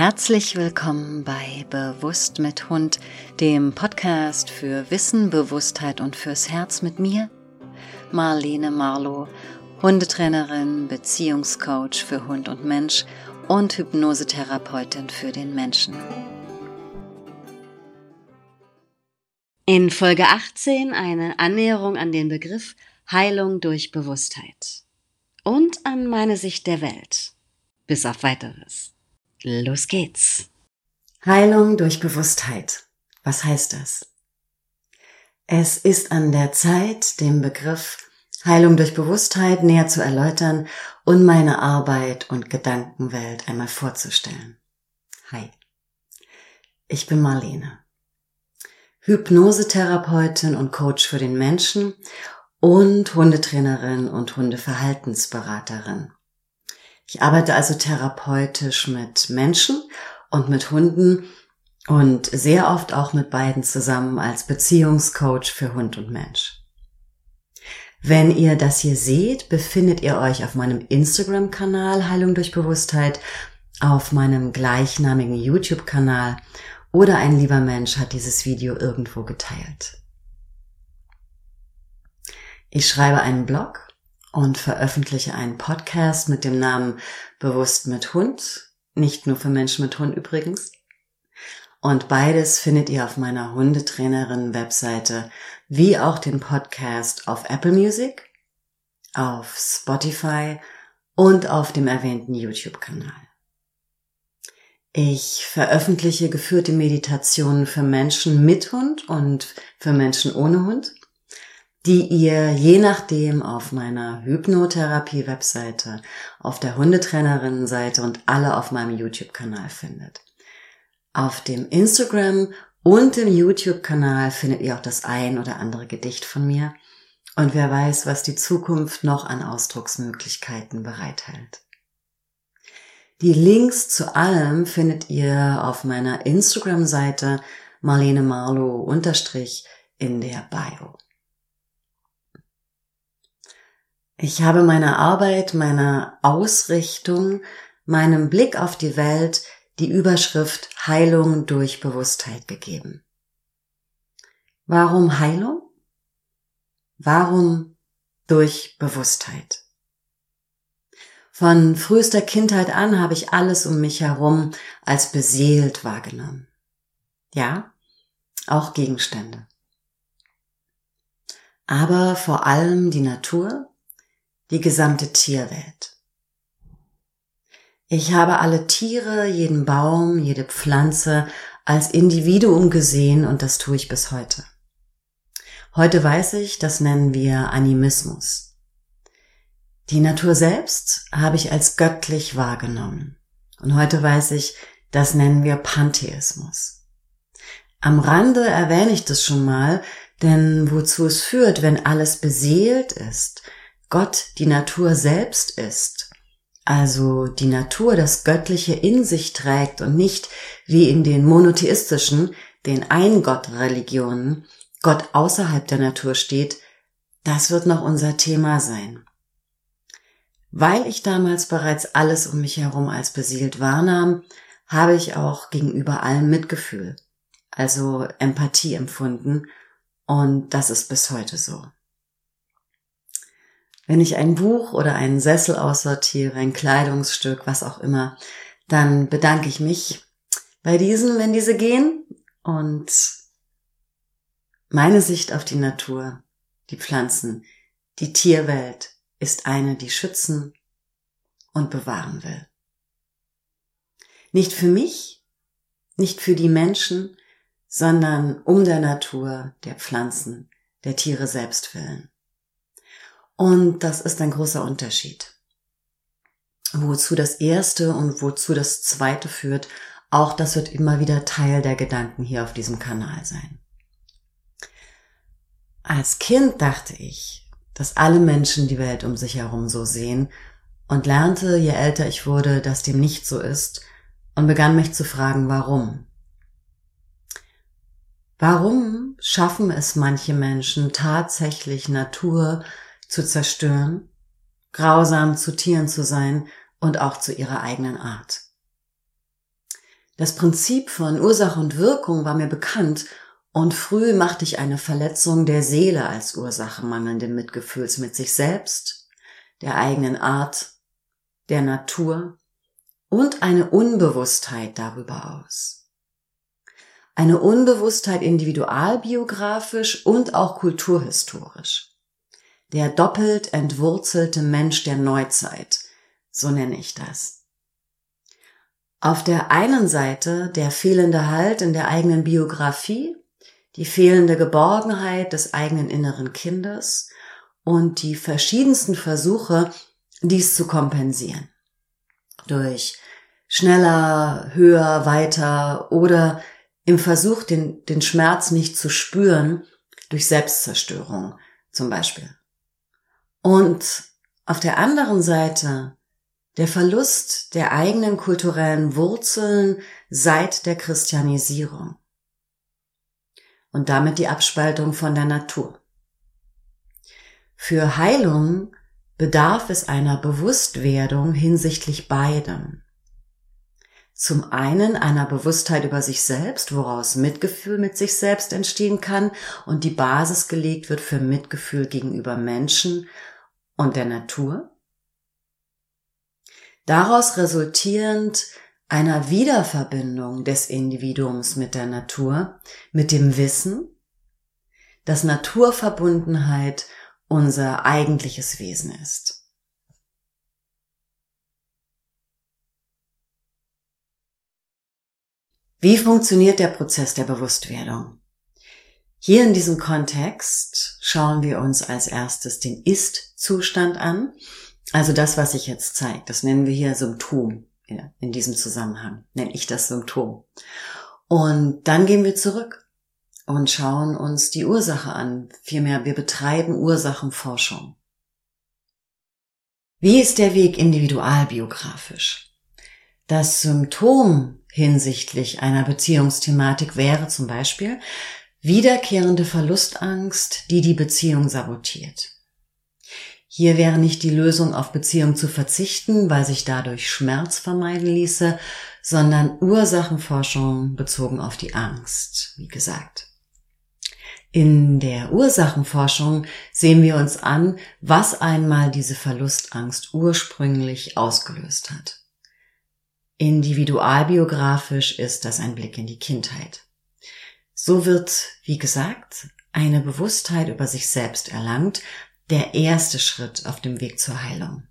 Herzlich willkommen bei Bewusst mit Hund, dem Podcast für Wissen, Bewusstheit und fürs Herz mit mir, Marlene Marlow, Hundetrainerin, Beziehungscoach für Hund und Mensch und Hypnosetherapeutin für den Menschen. In Folge 18 eine Annäherung an den Begriff Heilung durch Bewusstheit und an meine Sicht der Welt. Bis auf Weiteres. Los geht's! Heilung durch Bewusstheit. Was heißt das? Es ist an der Zeit, den Begriff Heilung durch Bewusstheit näher zu erläutern und meine Arbeit und Gedankenwelt einmal vorzustellen. Hi, ich bin Marlene, Hypnosetherapeutin und Coach für den Menschen und Hundetrainerin und Hundeverhaltensberaterin. Ich arbeite also therapeutisch mit Menschen und mit Hunden und sehr oft auch mit beiden zusammen als Beziehungscoach für Hund und Mensch. Wenn ihr das hier seht, befindet ihr euch auf meinem Instagram-Kanal Heilung durch Bewusstheit, auf meinem gleichnamigen YouTube-Kanal oder ein lieber Mensch hat dieses Video irgendwo geteilt. Ich schreibe einen Blog und veröffentliche einen Podcast mit dem Namen Bewusst mit Hund, nicht nur für Menschen mit Hund übrigens. Und beides findet ihr auf meiner Hundetrainerin-Webseite, wie auch den Podcast auf Apple Music, auf Spotify und auf dem erwähnten YouTube-Kanal. Ich veröffentliche geführte Meditationen für Menschen mit Hund und für Menschen ohne Hund, die ihr je nachdem auf meiner Hypnotherapie-Webseite, auf der Hundetrainerinnen-Seite und alle auf meinem YouTube-Kanal findet. Auf dem Instagram und dem YouTube-Kanal findet ihr auch das ein oder andere Gedicht von mir und wer weiß, was die Zukunft noch an Ausdrucksmöglichkeiten bereithält. Die Links zu allem findet ihr auf meiner Instagram-Seite Marlene Marlow _ in der Bio. Ich habe meiner Arbeit, meiner Ausrichtung, meinem Blick auf die Welt die Überschrift Heilung durch Bewusstheit gegeben. Warum Heilung? Warum durch Bewusstheit? Von frühester Kindheit an habe ich alles um mich herum als beseelt wahrgenommen. Ja, auch Gegenstände. Aber vor allem die Natur, die gesamte Tierwelt. Ich habe alle Tiere, jeden Baum, jede Pflanze als Individuum gesehen und das tue ich bis heute. Heute weiß ich, das nennen wir Animismus. Die Natur selbst habe ich als göttlich wahrgenommen und heute weiß ich, das nennen wir Pantheismus. Am Rande erwähne ich das schon mal, denn wozu es führt, wenn alles beseelt ist, Gott die Natur selbst ist, also die Natur das Göttliche in sich trägt und nicht wie in den monotheistischen, den Ein-Gott-Religionen, Gott außerhalb der Natur steht, das wird noch unser Thema sein. Weil ich damals bereits alles um mich herum als beseelt wahrnahm, habe ich auch gegenüber allem Mitgefühl, also Empathie empfunden und das ist bis heute so. Wenn ich ein Buch oder einen Sessel aussortiere, ein Kleidungsstück, was auch immer, dann bedanke ich mich bei diesen, wenn diese gehen. Und meine Sicht auf die Natur, die Pflanzen, die Tierwelt ist eine, die schützen und bewahren will. Nicht für mich, nicht für die Menschen, sondern um der Natur, der Pflanzen, der Tiere selbst willen. Und das ist ein großer Unterschied. Wozu das erste und wozu das zweite führt, auch das wird immer wieder Teil der Gedanken hier auf diesem Kanal sein. Als Kind dachte ich, dass alle Menschen die Welt um sich herum so sehen und lernte, je älter ich wurde, dass dem nicht so ist und begann mich zu fragen, warum. Warum schaffen es manche Menschen tatsächlich Natur zu zerstören, grausam zu Tieren zu sein und auch zu ihrer eigenen Art? Das Prinzip von Ursache und Wirkung war mir bekannt und früh machte ich eine Verletzung der Seele als Ursache mangelnden Mitgefühls mit sich selbst, der eigenen Art, der Natur und eine Unbewusstheit darüber aus. Eine Unbewusstheit individualbiografisch und auch kulturhistorisch. Der doppelt entwurzelte Mensch der Neuzeit, so nenne ich das. Auf der einen Seite der fehlende Halt in der eigenen Biografie, die fehlende Geborgenheit des eigenen inneren Kindes und die verschiedensten Versuche, dies zu kompensieren. Durch schneller, höher, weiter oder im Versuch, den Schmerz nicht zu spüren, durch Selbstzerstörung zum Beispiel. Und auf der anderen Seite der Verlust der eigenen kulturellen Wurzeln seit der Christianisierung und damit die Abspaltung von der Natur. Für Heilung bedarf es einer Bewusstwerdung hinsichtlich beidem. Zum einen einer Bewusstheit über sich selbst, woraus Mitgefühl mit sich selbst entstehen kann und die Basis gelegt wird für Mitgefühl gegenüber Menschen und der Natur. Daraus resultierend einer Wiederverbindung des Individuums mit der Natur, mit dem Wissen, dass Naturverbundenheit unser eigentliches Wesen ist. Wie funktioniert der Prozess der Bewusstwerdung? Hier in diesem Kontext schauen wir uns als erstes den Ist-Zustand an, also das, was sich jetzt zeigt. Das nennen wir hier Symptom. In diesem Zusammenhang nenne ich das Symptom. Und dann gehen wir zurück und schauen uns die Ursache an. Vielmehr, wir betreiben Ursachenforschung. Wie ist der Weg individualbiografisch? Das Symptom hinsichtlich einer Beziehungsthematik wäre zum Beispiel wiederkehrende Verlustangst, die die Beziehung sabotiert. Hier wäre nicht die Lösung, auf Beziehung zu verzichten, weil sich dadurch Schmerz vermeiden ließe, sondern Ursachenforschung bezogen auf die Angst, wie gesagt. In der Ursachenforschung sehen wir uns an, was einmal diese Verlustangst ursprünglich ausgelöst hat. Individualbiografisch ist das ein Blick in die Kindheit. So wird, wie gesagt, eine Bewusstheit über sich selbst erlangt, der erste Schritt auf dem Weg zur Heilung.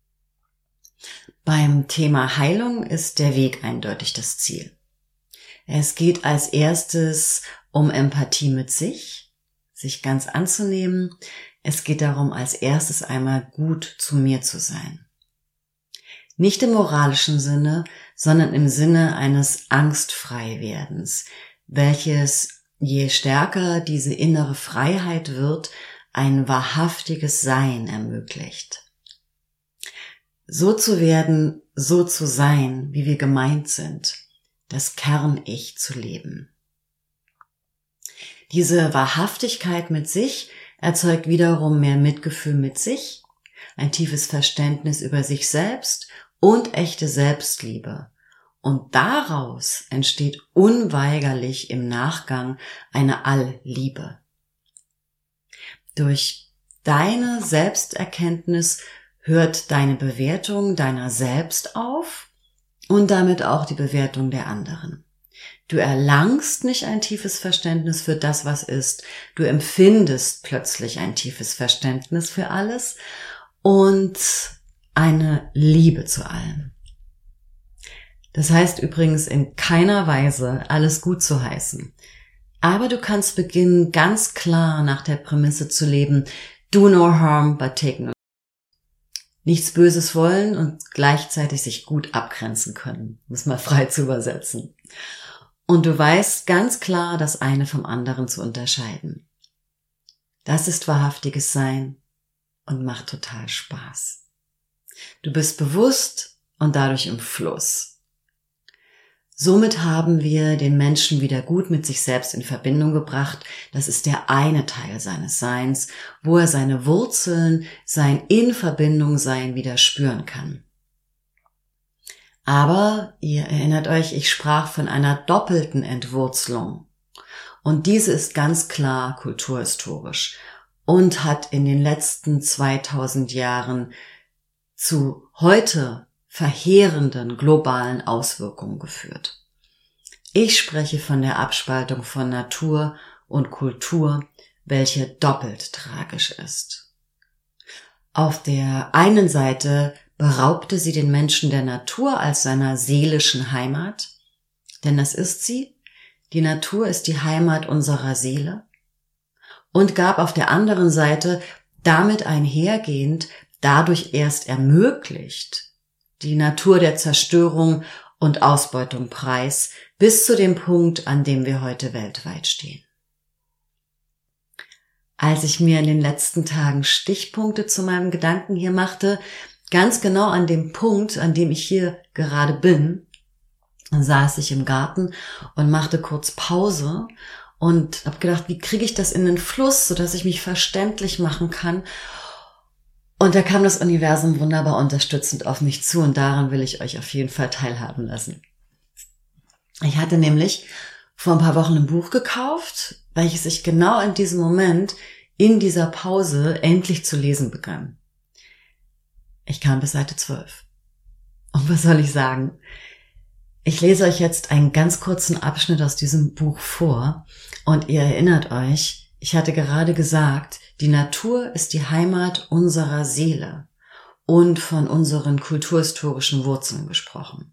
Beim Thema Heilung ist der Weg eindeutig das Ziel. Es geht als erstes um Empathie mit sich ganz anzunehmen. Es geht darum, als erstes einmal gut zu mir zu sein. Nicht im moralischen Sinne, sondern im Sinne eines Angstfreiwerdens, welches, je stärker diese innere Freiheit wird, ein wahrhaftiges Sein ermöglicht. So zu werden, so zu sein, wie wir gemeint sind, das Kern-Ich zu leben. Diese Wahrhaftigkeit mit sich erzeugt wiederum mehr Mitgefühl mit sich, ein tiefes Verständnis über sich selbst und echte Selbstliebe. Und daraus entsteht unweigerlich im Nachgang eine Allliebe. Durch deine Selbsterkenntnis hört deine Bewertung deiner selbst auf und damit auch die Bewertung der anderen. Du erlangst nicht ein tiefes Verständnis für das, was ist. Du empfindest plötzlich ein tiefes Verständnis für alles und eine Liebe zu allem. Das heißt übrigens in keiner Weise, alles gut zu heißen. Aber du kannst beginnen, ganz klar nach der Prämisse zu leben, do no harm, but take no. Nichts Böses wollen und gleichzeitig sich gut abgrenzen können, um es mal frei zu übersetzen. Und du weißt ganz klar, das eine vom anderen zu unterscheiden. Das ist wahrhaftiges Sein und macht total Spaß. Du bist bewusst und dadurch im Fluss. Somit haben wir den Menschen wieder gut mit sich selbst in Verbindung gebracht. Das ist der eine Teil seines Seins, wo er seine Wurzeln, sein In Verbindung sein wieder spüren kann. Aber ihr erinnert euch, ich sprach von einer doppelten Entwurzelung. Und diese ist ganz klar kulturhistorisch und hat in den letzten 2000 Jahren zu heute verheerenden globalen Auswirkungen geführt. Ich spreche von der Abspaltung von Natur und Kultur, welche doppelt tragisch ist. Auf der einen Seite beraubte sie den Menschen der Natur als seiner seelischen Heimat, denn das ist sie. Die Natur ist die Heimat unserer Seele, und gab auf der anderen Seite damit einhergehend, dadurch erst ermöglicht, die Natur der Zerstörung und Ausbeutung preis, bis zu dem Punkt, an dem wir heute weltweit stehen. Als ich mir in den letzten Tagen Stichpunkte zu meinem Gedanken hier machte, ganz genau an dem Punkt, an dem ich hier gerade bin, saß ich im Garten und machte kurz Pause und habe gedacht, wie kriege ich das in den Fluss, sodass ich mich verständlich machen kann. Und da kam das Universum wunderbar unterstützend auf mich zu, und daran will ich euch auf jeden Fall teilhaben lassen. Ich hatte nämlich vor ein paar Wochen ein Buch gekauft, welches ich genau in diesem Moment, in dieser Pause, endlich zu lesen begann. Ich kam bis Seite 12. Und was soll ich sagen? Ich lese euch jetzt einen ganz kurzen Abschnitt aus diesem Buch vor, und ihr erinnert euch, ich hatte gerade gesagt, die Natur ist die Heimat unserer Seele und von unseren kulturhistorischen Wurzeln gesprochen.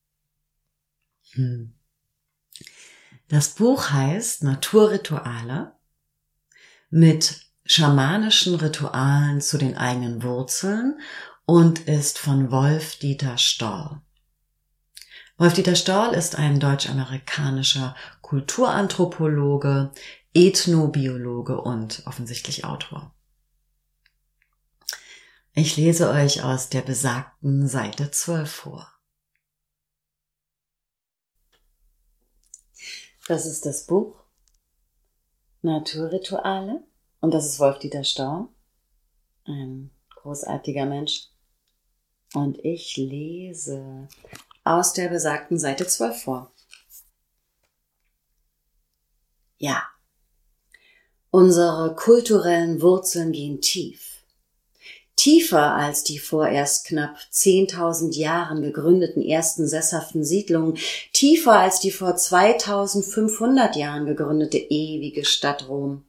Das Buch heißt Naturrituale mit schamanischen Ritualen zu den eigenen Wurzeln und ist von Wolf-Dieter Stoll. Wolf-Dieter Stoll ist ein deutsch-amerikanischer Kulturanthropologe, Ethnobiologe und offensichtlich Autor. Ich lese euch aus der besagten Seite 12 vor. Das ist das Buch Naturrituale und das ist Wolf-Dieter Stoll, ein großartiger Mensch. Und ich lese aus der besagten Seite 12 vor. Ja, unsere kulturellen Wurzeln gehen tief. Tiefer als die vor erst knapp 10.000 Jahren gegründeten ersten sesshaften Siedlungen, tiefer als die vor 2.500 Jahren gegründete ewige Stadt Rom.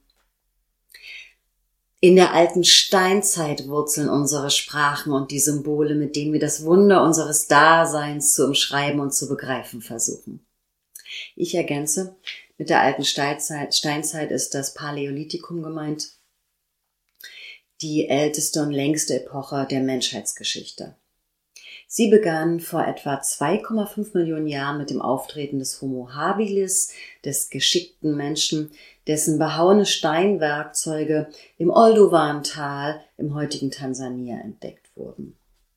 In der alten Steinzeit wurzeln unsere Sprachen und die Symbole, mit denen wir das Wunder unseres Daseins zu umschreiben und zu begreifen versuchen. Ich ergänze, mit der alten Steinzeit ist das Paläolithikum gemeint, die älteste und längste Epoche der Menschheitsgeschichte. Sie begann vor etwa 2,5 Millionen Jahren mit dem Auftreten des Homo habilis, des geschickten Menschen, dessen behauene Steinwerkzeuge im Oldowan-Tal im heutigen Tansania entdeckt wurden.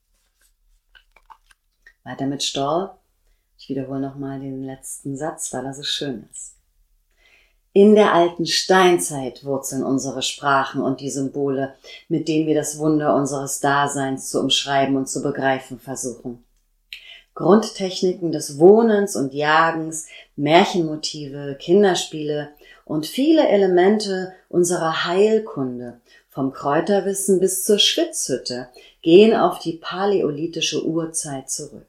Weiter mit Stoll. Ich wiederhole nochmal den letzten Satz, weil er so schön ist. In der alten Steinzeit wurzeln unsere Sprachen und die Symbole, mit denen wir das Wunder unseres Daseins zu umschreiben und zu begreifen versuchen. Grundtechniken des Wohnens und Jagens, Märchenmotive, Kinderspiele und viele Elemente unserer Heilkunde, vom Kräuterwissen bis zur Schwitzhütte, gehen auf die paläolithische Urzeit zurück.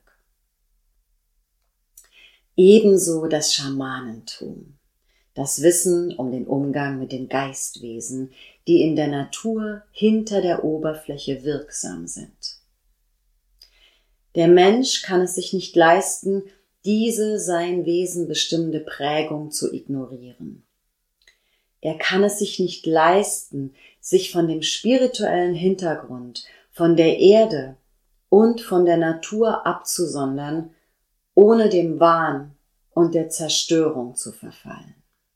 Ebenso das Schamanentum. Das Wissen um den Umgang mit den Geistwesen, die in der Natur hinter der Oberfläche wirksam sind. Der Mensch kann es sich nicht leisten, diese sein Wesen bestimmende Prägung zu ignorieren. Er kann es sich nicht leisten, sich von dem spirituellen Hintergrund, von der Erde und von der Natur abzusondern, ohne dem Wahn und der Zerstörung zu verfallen.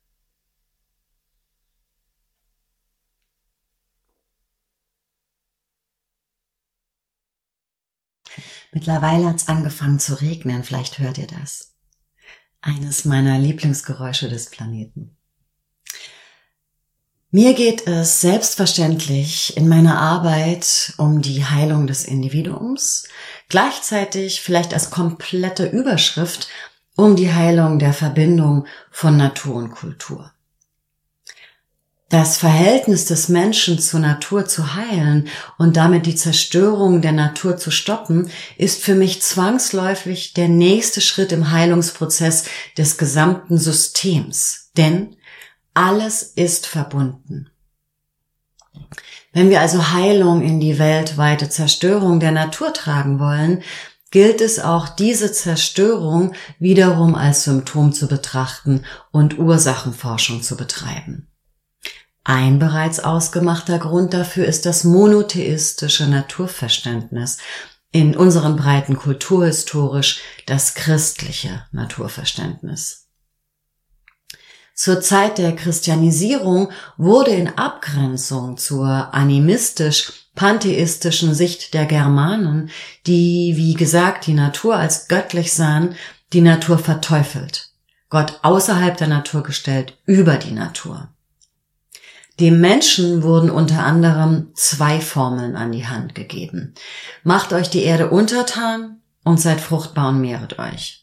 Mittlerweile hat es angefangen zu regnen, vielleicht hört ihr das. Eines meiner Lieblingsgeräusche des Planeten. Mir geht es selbstverständlich in meiner Arbeit um die Heilung des Individuums, gleichzeitig vielleicht als komplette Überschrift um die Heilung der Verbindung von Natur und Kultur. Das Verhältnis des Menschen zur Natur zu heilen und damit die Zerstörung der Natur zu stoppen, ist für mich zwangsläufig der nächste Schritt im Heilungsprozess des gesamten Systems. Denn alles ist verbunden. Wenn wir also Heilung in die weltweite Zerstörung der Natur tragen wollen, gilt es auch, diese Zerstörung wiederum als Symptom zu betrachten und Ursachenforschung zu betreiben. Ein bereits ausgemachter Grund dafür ist das monotheistische Naturverständnis, in unseren Breiten kulturhistorisch das christliche Naturverständnis. Zur Zeit der Christianisierung wurde in Abgrenzung zur animistisch-pantheistischen Sicht der Germanen, die, wie gesagt, die Natur als göttlich sahen, die Natur verteufelt, Gott außerhalb der Natur gestellt, über die Natur. Dem Menschen wurden unter anderem 2 Formeln an die Hand gegeben. Macht euch die Erde untertan und seid fruchtbar und mehret euch.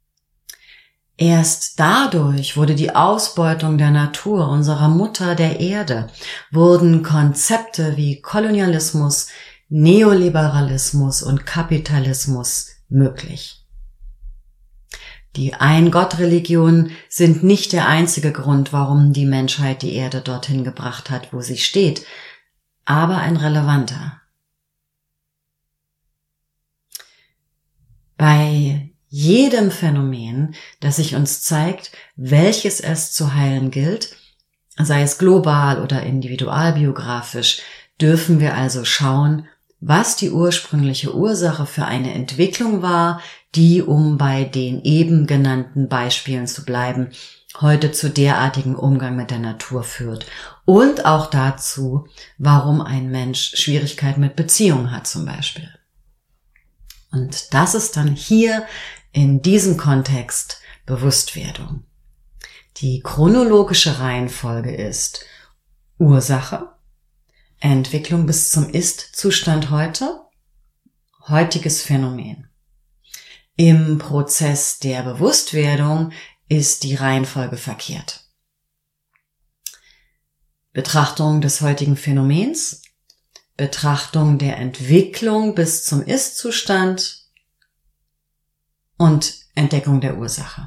Erst dadurch wurde die Ausbeutung der Natur, unserer Mutter der Erde, wurden Konzepte wie Kolonialismus, Neoliberalismus und Kapitalismus möglich. Die Ein-Gott-Religionen sind nicht der einzige Grund, warum die Menschheit die Erde dorthin gebracht hat, wo sie steht, aber ein relevanter. Bei jedem Phänomen, das sich uns zeigt, welches es zu heilen gilt, sei es global oder individualbiografisch, dürfen wir also schauen, was die ursprüngliche Ursache für eine Entwicklung war, die, um bei den eben genannten Beispielen zu bleiben, heute zu derartigem Umgang mit der Natur führt. Und auch dazu, warum ein Mensch Schwierigkeiten mit Beziehungen hat zum Beispiel. Und das ist dann hier in diesem Kontext Bewusstwerdung. Die chronologische Reihenfolge ist Ursache, Entwicklung bis zum Ist-Zustand heute, heutiges Phänomen. Im Prozess der Bewusstwerdung ist die Reihenfolge verkehrt. Betrachtung des heutigen Phänomens, Betrachtung der Entwicklung bis zum Ist-Zustand und Entdeckung der Ursache.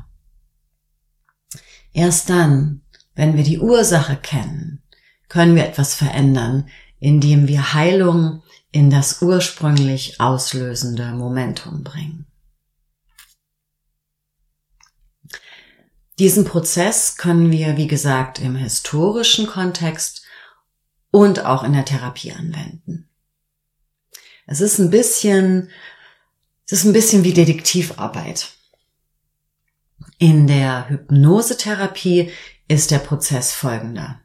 Erst dann, wenn wir die Ursache kennen, können wir etwas verändern, indem wir Heilung in das ursprünglich auslösende Momentum bringen. Diesen Prozess können wir, wie gesagt, im historischen Kontext und auch in der Therapie anwenden. Es ist ein bisschen wie Detektivarbeit. In der Hypnosetherapie ist der Prozess folgender.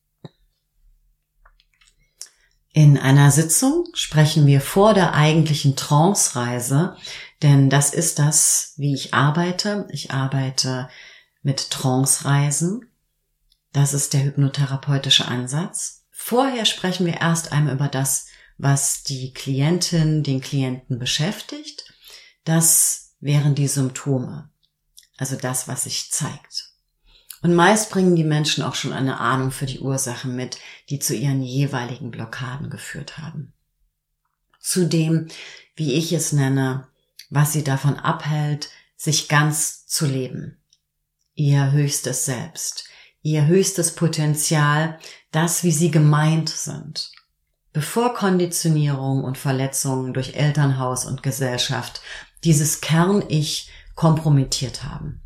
In einer Sitzung sprechen wir vor der eigentlichen Trance-Reise, denn das ist das, wie ich arbeite. Ich arbeite mit Trance-Reisen. Das ist der hypnotherapeutische Ansatz. Vorher sprechen wir erst einmal über das, was die Klientin, den Klienten beschäftigt. Das wären die Symptome, also das, was sich zeigt. Und meist bringen die Menschen auch schon eine Ahnung für die Ursachen mit, die zu ihren jeweiligen Blockaden geführt haben. Zudem, wie ich es nenne, was sie davon abhält, sich ganz zu leben. Ihr höchstes Selbst, ihr höchstes Potenzial, das, wie sie gemeint sind. Bevor Konditionierung und Verletzungen durch Elternhaus und Gesellschaft dieses Kern-Ich kompromittiert haben.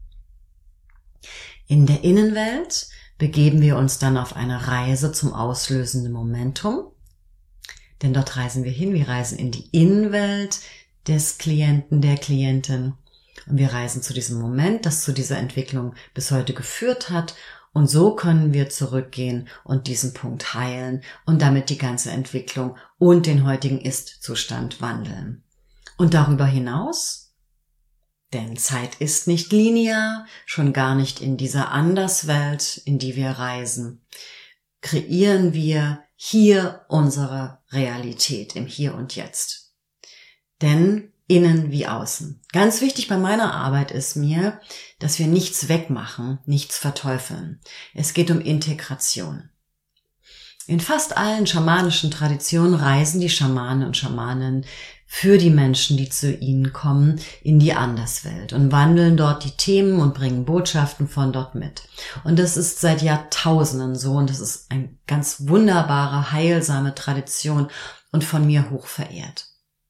In der Innenwelt begeben wir uns dann auf eine Reise zum auslösenden Momentum, denn dort reisen wir hin, wir reisen in die Innenwelt des Klienten, der Klientin und wir reisen zu diesem Moment, das zu dieser Entwicklung bis heute geführt hat und so können wir zurückgehen und diesen Punkt heilen und damit die ganze Entwicklung und den heutigen Ist-Zustand wandeln. Und darüber hinaus, denn Zeit ist nicht linear, schon gar nicht in dieser Anderswelt, in die wir reisen, kreieren wir hier unsere Realität im Hier und Jetzt. Denn innen wie außen. Ganz wichtig bei meiner Arbeit ist mir, dass wir nichts wegmachen, nichts verteufeln. Es geht um Integration. In fast allen schamanischen Traditionen reisen die Schamanen und Schamaninnen für die Menschen, die zu ihnen kommen, in die Anderswelt und wandeln dort die Themen und bringen Botschaften von dort mit. Und das ist seit Jahrtausenden so und das ist eine ganz wunderbare, heilsame Tradition und von mir hoch verehrt.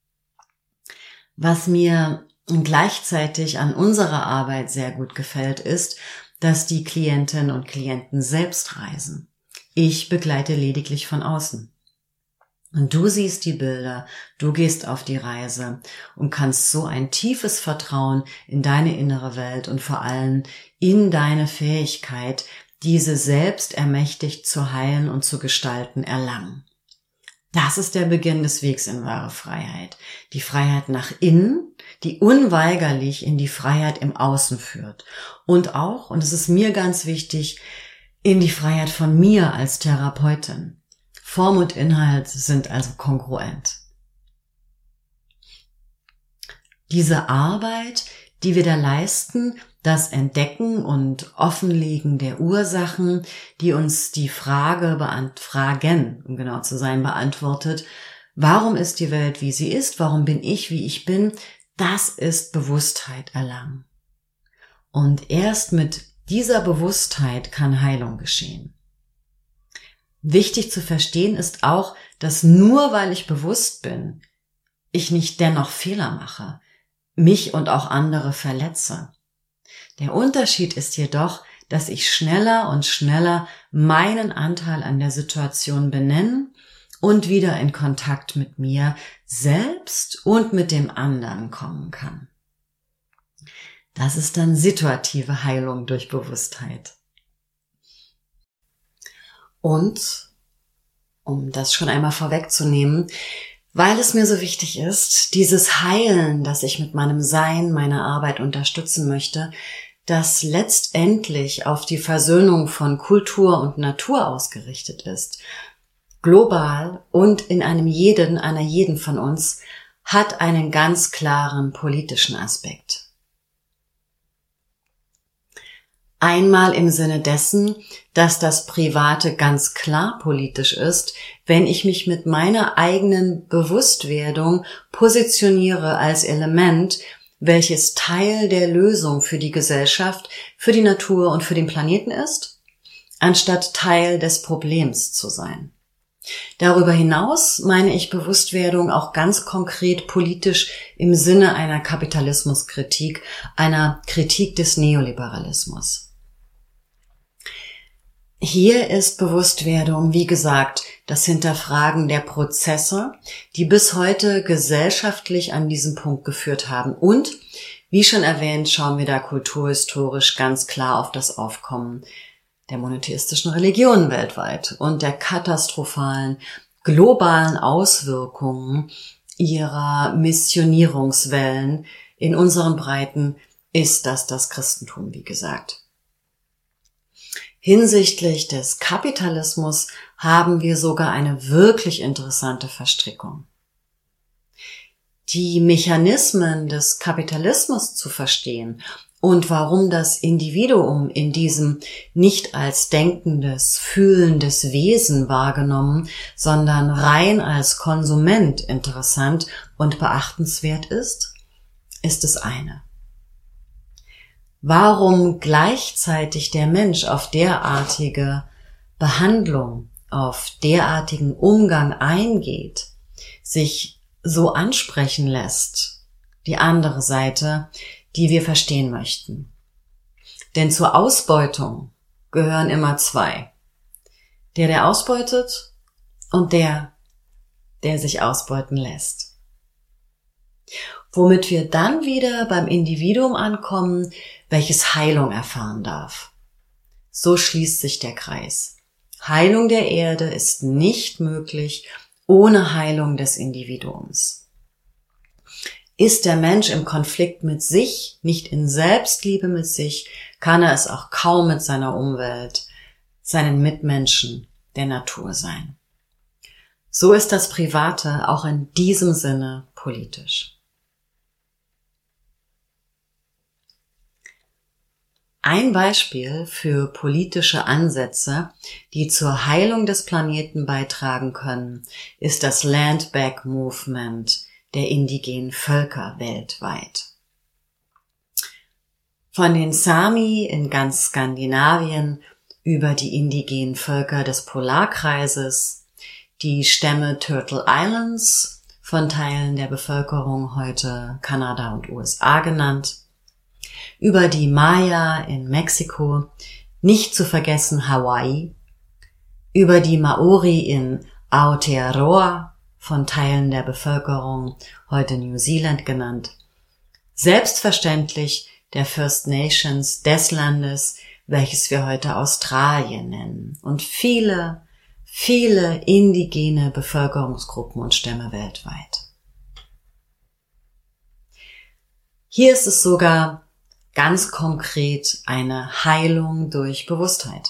Was mir gleichzeitig an unserer Arbeit sehr gut gefällt, ist, dass die Klientinnen und Klienten selbst reisen. Ich begleite lediglich von außen. Und du siehst die Bilder, du gehst auf die Reise und kannst so ein tiefes Vertrauen in deine innere Welt und vor allem in deine Fähigkeit, diese selbst ermächtigt zu heilen und zu gestalten, erlangen. Das ist der Beginn des Wegs in wahre Freiheit. Die Freiheit nach innen, die unweigerlich in die Freiheit im Außen führt. Und auch, und es ist mir ganz wichtig, in die Freiheit von mir als Therapeutin. Form und Inhalt sind also kongruent. Diese Arbeit, die wir da leisten, das Entdecken und Offenlegen der Ursachen, die uns die Fragen, um genau zu sein, beantwortet, warum ist die Welt, wie sie ist, warum bin ich, wie ich bin, das ist Bewusstheit erlangen. Und erst mit dieser Bewusstheit kann Heilung geschehen. Wichtig zu verstehen ist auch, dass nur weil ich bewusst bin, ich nicht dennoch Fehler mache, mich und auch andere verletze. Der Unterschied ist jedoch, dass ich schneller und schneller meinen Anteil an der Situation benennen und wieder in Kontakt mit mir selbst und mit dem anderen kommen kann. Das ist dann situative Heilung durch Bewusstheit. Und, um das schon einmal vorwegzunehmen, weil es mir so wichtig ist, dieses Heilen, das ich mit meinem Sein, meiner Arbeit unterstützen möchte, das letztendlich auf die Versöhnung von Kultur und Natur ausgerichtet ist, global und in einer jeden von uns, hat einen ganz klaren politischen Aspekt. Einmal im Sinne dessen, dass das Private ganz klar politisch ist, wenn ich mich mit meiner eigenen Bewusstwerdung positioniere als Element, welches Teil der Lösung für die Gesellschaft, für die Natur und für den Planeten ist, anstatt Teil des Problems zu sein. Darüber hinaus meine ich Bewusstwerdung auch ganz konkret politisch im Sinne einer Kapitalismuskritik, einer Kritik des Neoliberalismus. Hier ist Bewusstwerdung, wie gesagt, das Hinterfragen der Prozesse, die bis heute gesellschaftlich an diesem Punkt geführt haben. Und, wie schon erwähnt, schauen wir da kulturhistorisch ganz klar auf das Aufkommen der monotheistischen Religionen weltweit und der katastrophalen globalen Auswirkungen ihrer Missionierungswellen in unseren Breiten ist das Christentum, wie gesagt. Hinsichtlich des Kapitalismus haben wir sogar eine wirklich interessante Verstrickung. Die Mechanismen des Kapitalismus zu verstehen und warum das Individuum in diesem nicht als denkendes, fühlendes Wesen wahrgenommen, sondern rein als Konsument interessant und beachtenswert ist das eine. Warum gleichzeitig der Mensch auf derartige Behandlung, auf derartigen Umgang eingeht, sich so ansprechen lässt, die andere Seite, die wir verstehen möchten. Denn zur Ausbeutung gehören immer zwei. Der ausbeutet und der sich ausbeuten lässt. Womit wir dann wieder beim Individuum ankommen, welches Heilung erfahren darf. So schließt sich der Kreis. Heilung der Erde ist nicht möglich ohne Heilung des Individuums. Ist der Mensch im Konflikt mit sich, nicht in Selbstliebe mit sich, kann er es auch kaum mit seiner Umwelt, seinen Mitmenschen der Natur sein. So ist das Private auch in diesem Sinne politisch. Ein Beispiel für politische Ansätze, die zur Heilung des Planeten beitragen können, ist das Land Back Movement der indigenen Völker weltweit. Von den Sami in ganz Skandinavien über die indigenen Völker des Polarkreises, die Stämme Turtle Islands, von Teilen der Bevölkerung heute Kanada und USA genannt, über die Maya in Mexiko, nicht zu vergessen Hawaii, über die Maori in Aotearoa, von Teilen der Bevölkerung heute New Zealand genannt, selbstverständlich der First Nations des Landes, welches wir heute Australien nennen, und viele, viele indigene Bevölkerungsgruppen und Stämme weltweit. Hier ist es sogar ganz konkret eine Heilung durch Bewusstheit.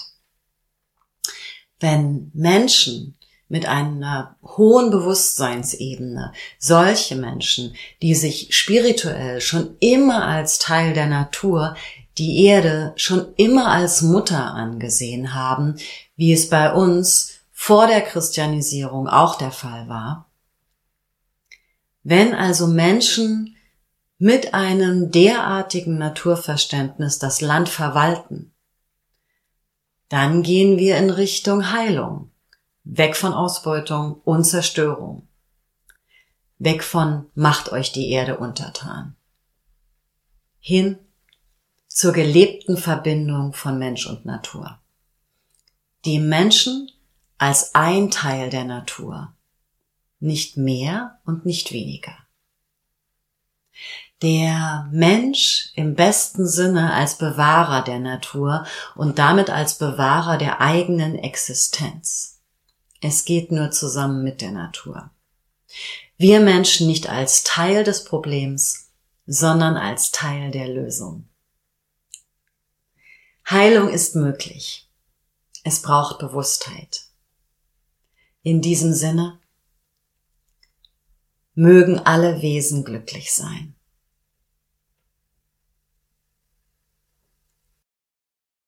Wenn Menschen mit einer hohen Bewusstseinsebene, solche Menschen, die sich spirituell schon immer als Teil der Natur, die Erde schon immer als Mutter angesehen haben, wie es bei uns vor der Christianisierung auch der Fall war. Wenn also Menschen mit einem derartigen Naturverständnis das Land verwalten, dann gehen wir in Richtung Heilung, weg von Ausbeutung und Zerstörung, weg von macht euch die Erde untertan, hin zur gelebten Verbindung von Mensch und Natur. Die Menschen als ein Teil der Natur, nicht mehr und nicht weniger. Der Mensch im besten Sinne als Bewahrer der Natur und damit als Bewahrer der eigenen Existenz. Es geht nur zusammen mit der Natur. Wir Menschen nicht als Teil des Problems, sondern als Teil der Lösung. Heilung ist möglich. Es braucht Bewusstheit. In diesem Sinne, mögen alle Wesen glücklich sein.